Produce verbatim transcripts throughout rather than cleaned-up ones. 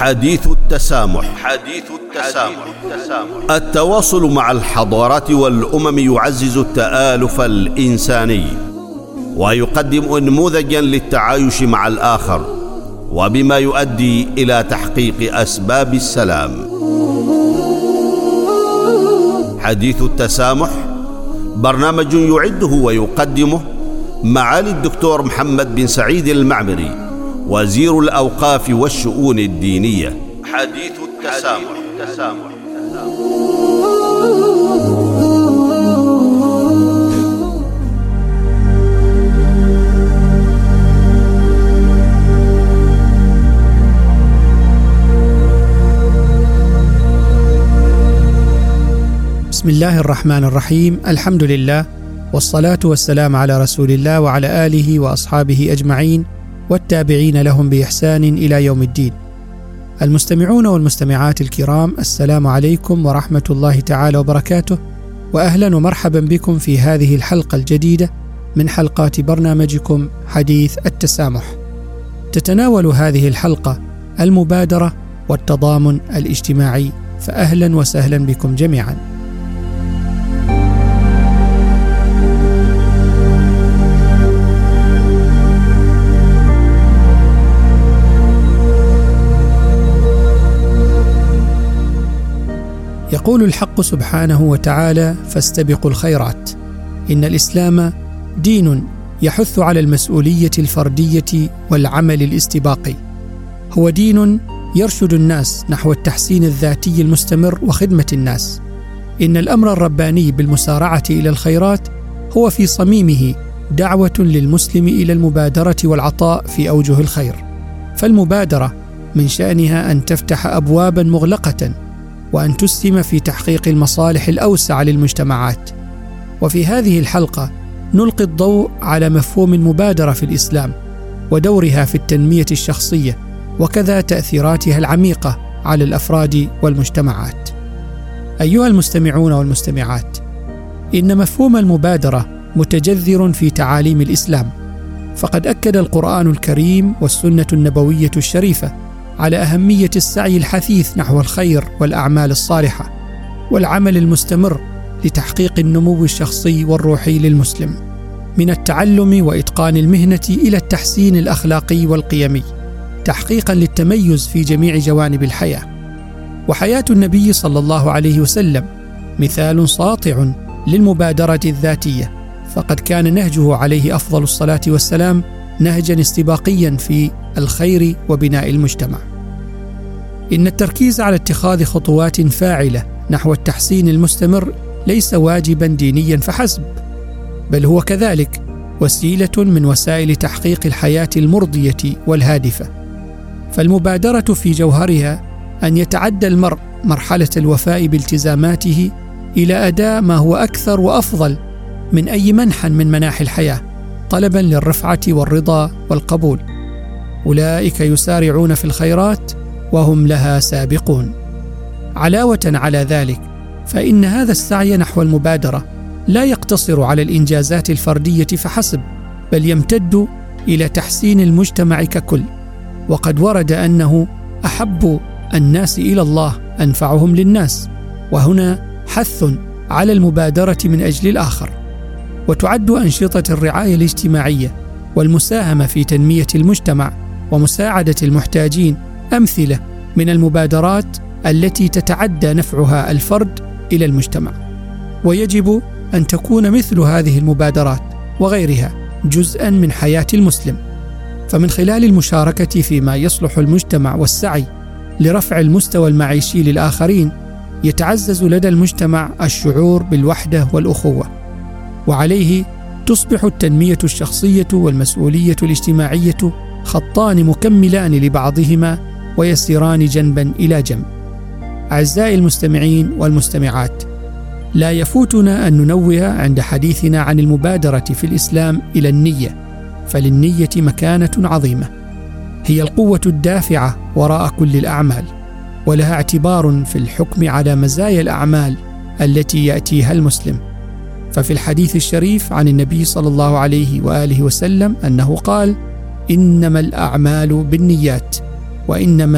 حديث التسامح. حديث التسامح. التواصل مع الحضارات والأمم يعزز التآلف الإنساني ويقدم نموذجا للتعايش مع الآخر، وبما يؤدي إلى تحقيق أسباب السلام. حديث التسامح برنامج يعده ويقدمه معالي الدكتور محمد بن سعيد المعمري، وزير الأوقاف والشؤون الدينية. حديث التسامح. بسم الله الرحمن الرحيم. الحمد لله والصلاة والسلام على رسول الله وعلى آله وأصحابه أجمعين والتابعين لهم بإحسان إلى يوم الدين. المستمعون والمستمعات الكرام، السلام عليكم ورحمة الله تعالى وبركاته، وأهلا ومرحبا بكم في هذه الحلقة الجديدة من حلقات برنامجكم حديث التسامح. تتناول هذه الحلقة المبادرة والتضامن الاجتماعي، فأهلا وسهلا بكم جميعا. يقول الحق سبحانه وتعالى: فاستبقوا الخيرات. إن الإسلام دين يحث على المسؤولية الفردية والعمل الاستباقي، هو دين يرشد الناس نحو التحسين الذاتي المستمر وخدمة الناس. إن الأمر الرباني بالمسارعة إلى الخيرات هو في صميمه دعوة للمسلم إلى المبادرة والعطاء في أوجه الخير، فالمبادرة من شأنها أن تفتح أبوابا مغلقة وأن تسهم في تحقيق المصالح الأوسع للمجتمعات. وفي هذه الحلقة نلقي الضوء على مفهوم المبادرة في الإسلام ودورها في التنمية الشخصية، وكذا تأثيراتها العميقة على الأفراد والمجتمعات. أيها المستمعون والمستمعات، إن مفهوم المبادرة متجذر في تعاليم الإسلام، فقد أكد القرآن الكريم والسنة النبوية الشريفة على أهمية السعي الحثيث نحو الخير والأعمال الصالحة والعمل المستمر لتحقيق النمو الشخصي والروحي للمسلم، من التعلم وإتقان المهنة إلى التحسين الأخلاقي والقيمي، تحقيقا للتميز في جميع جوانب الحياة. وحياة النبي صلى الله عليه وسلم مثال ساطع للمبادرة الذاتية، فقد كان نهجه عليه أفضل الصلاة والسلام نهجا استباقيا في الخير وبناء المجتمع. إن التركيز على اتخاذ خطوات فاعلة نحو التحسين المستمر ليس واجبا دينيا فحسب، بل هو كذلك وسيلة من وسائل تحقيق الحياة المرضية والهادفة. فالمبادرة في جوهرها أن يتعدى المرء مرحلة الوفاء بالتزاماته إلى أداء ما هو أكثر وأفضل من أي منح من مناحي الحياة، طلبا للرفعة والرضا والقبول. أولئك يسارعون في الخيرات وهم لها سابقون. علاوة على ذلك، فإن هذا السعي نحو المبادرة لا يقتصر على الإنجازات الفردية فحسب، بل يمتد إلى تحسين المجتمع ككل. وقد ورد أنه أحب الناس إلى الله أنفعهم للناس، وهنا حث على المبادرة من أجل الآخر. وتعد أنشطة الرعاية الاجتماعية والمساهمة في تنمية المجتمع ومساعدة المحتاجين أمثلة من المبادرات التي تتعدى نفعها الفرد إلى المجتمع. ويجب أن تكون مثل هذه المبادرات وغيرها جزءا من حياة المسلم، فمن خلال المشاركة فيما يصلح المجتمع والسعي لرفع المستوى المعيشي للآخرين يتعزز لدى المجتمع الشعور بالوحدة والأخوة، وعليه تصبح التنمية الشخصية والمسؤولية الاجتماعية خطان مكملان لبعضهما ويسيران جنبا إلى جنب. أعزائي المستمعين والمستمعات، لا يفوتنا أن ننوه عند حديثنا عن المبادرة في الإسلام إلى النية، فللنية مكانة عظيمة، هي القوة الدافعة وراء كل الأعمال، ولها اعتبار في الحكم على مزايا الأعمال التي يأتيها المسلم. ففي الحديث الشريف عن النبي صلى الله عليه وآله وسلم أنه قال: إنما الأعمال بالنيات وإنما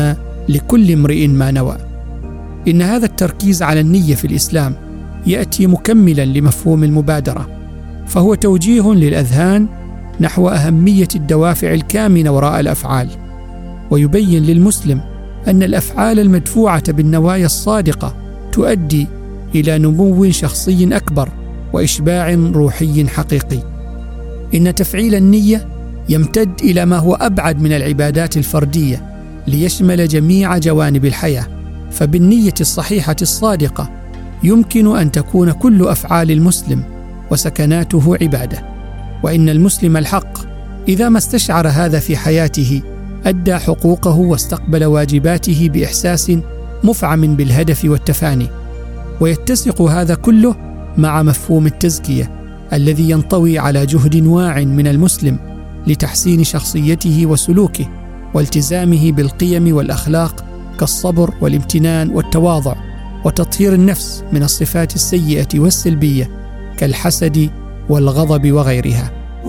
لكل امرئ ما نوى. إن هذا التركيز على النية في الإسلام يأتي مكملا لمفهوم المبادرة، فهو توجيه للأذهان نحو أهمية الدوافع الكامنة وراء الأفعال، ويبين للمسلم أن الأفعال المدفوعة بالنوايا الصادقة تؤدي إلى نمو شخصي أكبر وإشباع روحي حقيقي. إن تفعيل النية يمتد إلى ما هو أبعد من العبادات الفردية ليشمل جميع جوانب الحياة، فبالنية الصحيحة الصادقة يمكن أن تكون كل أفعال المسلم وسكناته عبادة. وإن المسلم الحق إذا ما استشعر هذا في حياته أدى حقوقه واستقبل واجباته بإحساس مفعم بالهدف والتفاني. ويتسق هذا كله مع مفهوم التزكية الذي ينطوي على جهد واع من المسلم لتحسين شخصيته وسلوكه والتزامه بالقيم والأخلاق كالصبر والامتنان والتواضع، وتطهير النفس من الصفات السيئة والسلبية كالحسد والغضب وغيرها.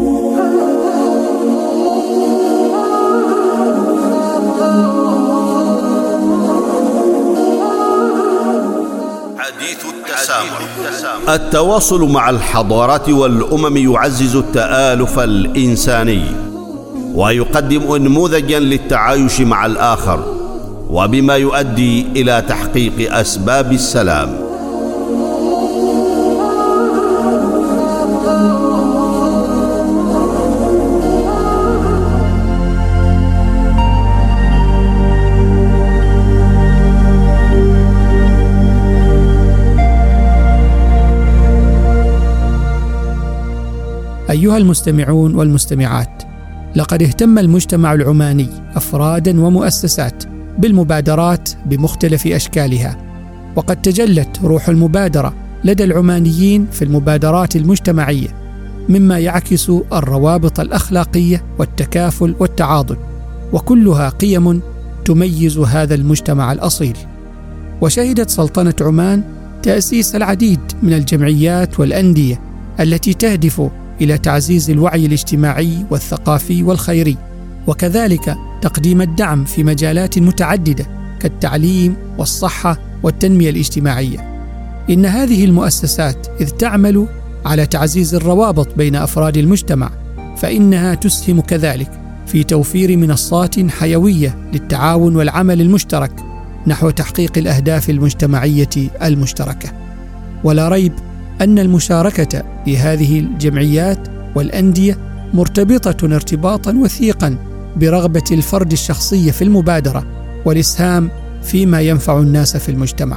حديث التسامح. التواصل مع الحضارات والأمم يعزز التآلف الإنساني ويقدم نموذجا للتعايش مع الآخر، وبما يؤدي إلى تحقيق أسباب السلام. أيها المستمعون والمستمعات، لقد اهتم المجتمع العماني أفرادا ومؤسسات بالمبادرات بمختلف أشكالها، وقد تجلت روح المبادرة لدى العمانيين في المبادرات المجتمعية، مما يعكس الروابط الأخلاقية والتكافل والتعاضد، وكلها قيم تميز هذا المجتمع الأصيل. وشهدت سلطنة عمان تأسيس العديد من الجمعيات والأندية التي تهدف إلى تعزيز الوعي الاجتماعي والثقافي والخيري، وكذلك تقديم الدعم في مجالات متعددة كالتعليم والصحة والتنمية الاجتماعية. إن هذه المؤسسات إذ تعمل على تعزيز الروابط بين أفراد المجتمع، فإنها تسهم كذلك في توفير منصات حيوية للتعاون والعمل المشترك نحو تحقيق الأهداف المجتمعية المشتركة. ولا ريب أن المشاركة في هذه الجمعيات والأندية مرتبطة ارتباطا وثيقا برغبة الفرد الشخصية في المبادرة والإسهام فيما ينفع الناس في المجتمع.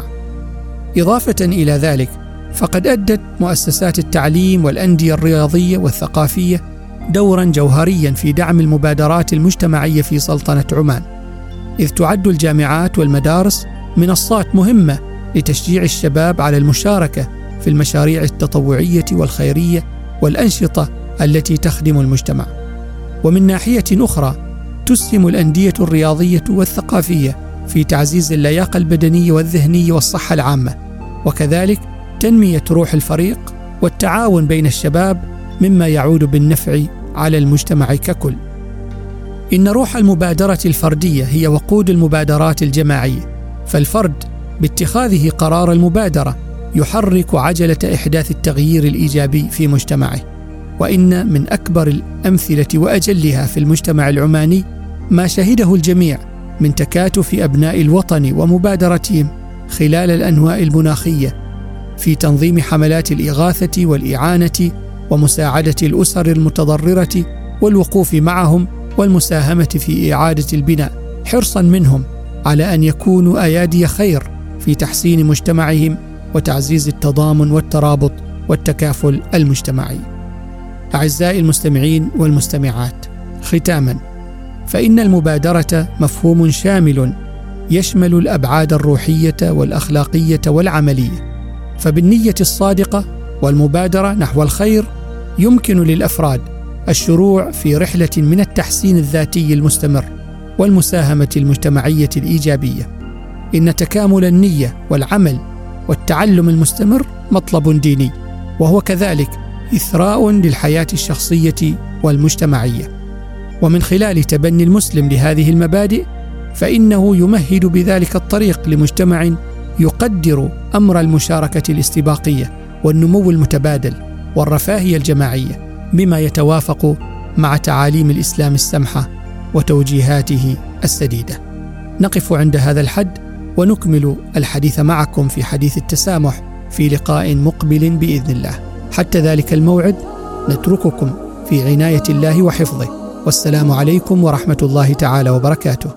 إضافة إلى ذلك، فقد أدت مؤسسات التعليم والأندية الرياضية والثقافية دورا جوهريا في دعم المبادرات المجتمعية في سلطنة عمان، إذ تعد الجامعات والمدارس منصات مهمة لتشجيع الشباب على المشاركة في المشاريع التطوعية والخيرية والأنشطة التي تخدم المجتمع. ومن ناحية أخرى، تسهم الأندية الرياضية والثقافية في تعزيز اللياقة البدنية والذهنية والصحة العامة، وكذلك تنمية روح الفريق والتعاون بين الشباب، مما يعود بالنفع على المجتمع ككل. إن روح المبادرة الفردية هي وقود المبادرات الجماعية، فالفرد باتخاذه قرار المبادرة يحرك عجلة إحداث التغيير الإيجابي في مجتمعه. وإن من أكبر الأمثلة وأجلها في المجتمع العماني ما شهده الجميع من تكاتف أبناء الوطن ومبادرتهم خلال الأنواء المناخية في تنظيم حملات الإغاثة والإعانة ومساعدة الأسر المتضررة والوقوف معهم والمساهمة في إعادة البناء، حرصا منهم على أن يكونوا أيادي خير في تحسين مجتمعهم وتعزيز التضامن والترابط والتكافل المجتمعي. أعزائي المستمعين والمستمعات، ختاما، فإن المبادرة مفهوم شامل يشمل الأبعاد الروحية والأخلاقية والعملية، فبالنية الصادقة والمبادرة نحو الخير يمكن للأفراد الشروع في رحلة من التحسين الذاتي المستمر والمساهمة المجتمعية الإيجابية. إن تكامل النية والعمل والتعلم المستمر مطلب ديني، وهو كذلك إثراء للحياة الشخصية والمجتمعية. ومن خلال تبني المسلم لهذه المبادئ، فإنه يمهد بذلك الطريق لمجتمع يقدر أمر المشاركة الاستباقية والنمو المتبادل والرفاهية الجماعية بما يتوافق مع تعاليم الإسلام السمحة وتوجيهاته السديدة. نقف عند هذا الحد ونكمل الحديث معكم في حديث التسامح في لقاء مقبل بإذن الله. حتى ذلك الموعد نترككم في عناية الله وحفظه، والسلام عليكم ورحمة الله تعالى وبركاته.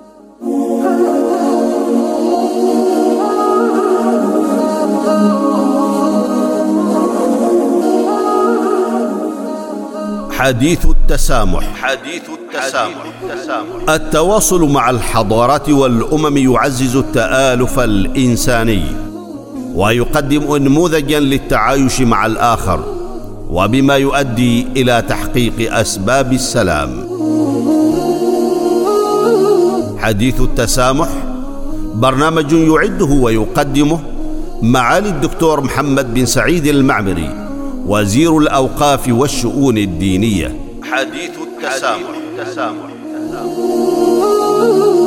حديث التسامح. حديث التسامح. التواصل مع الحضارات والأمم يعزز التآلف الإنساني ويقدم نموذجا للتعايش مع الآخر، وبما يؤدي إلى تحقيق أسباب السلام. حديث التسامح برنامج يعده ويقدمه معالي الدكتور محمد بن سعيد المعمري، وزير الأوقاف والشؤون الدينية. حديث التسامح.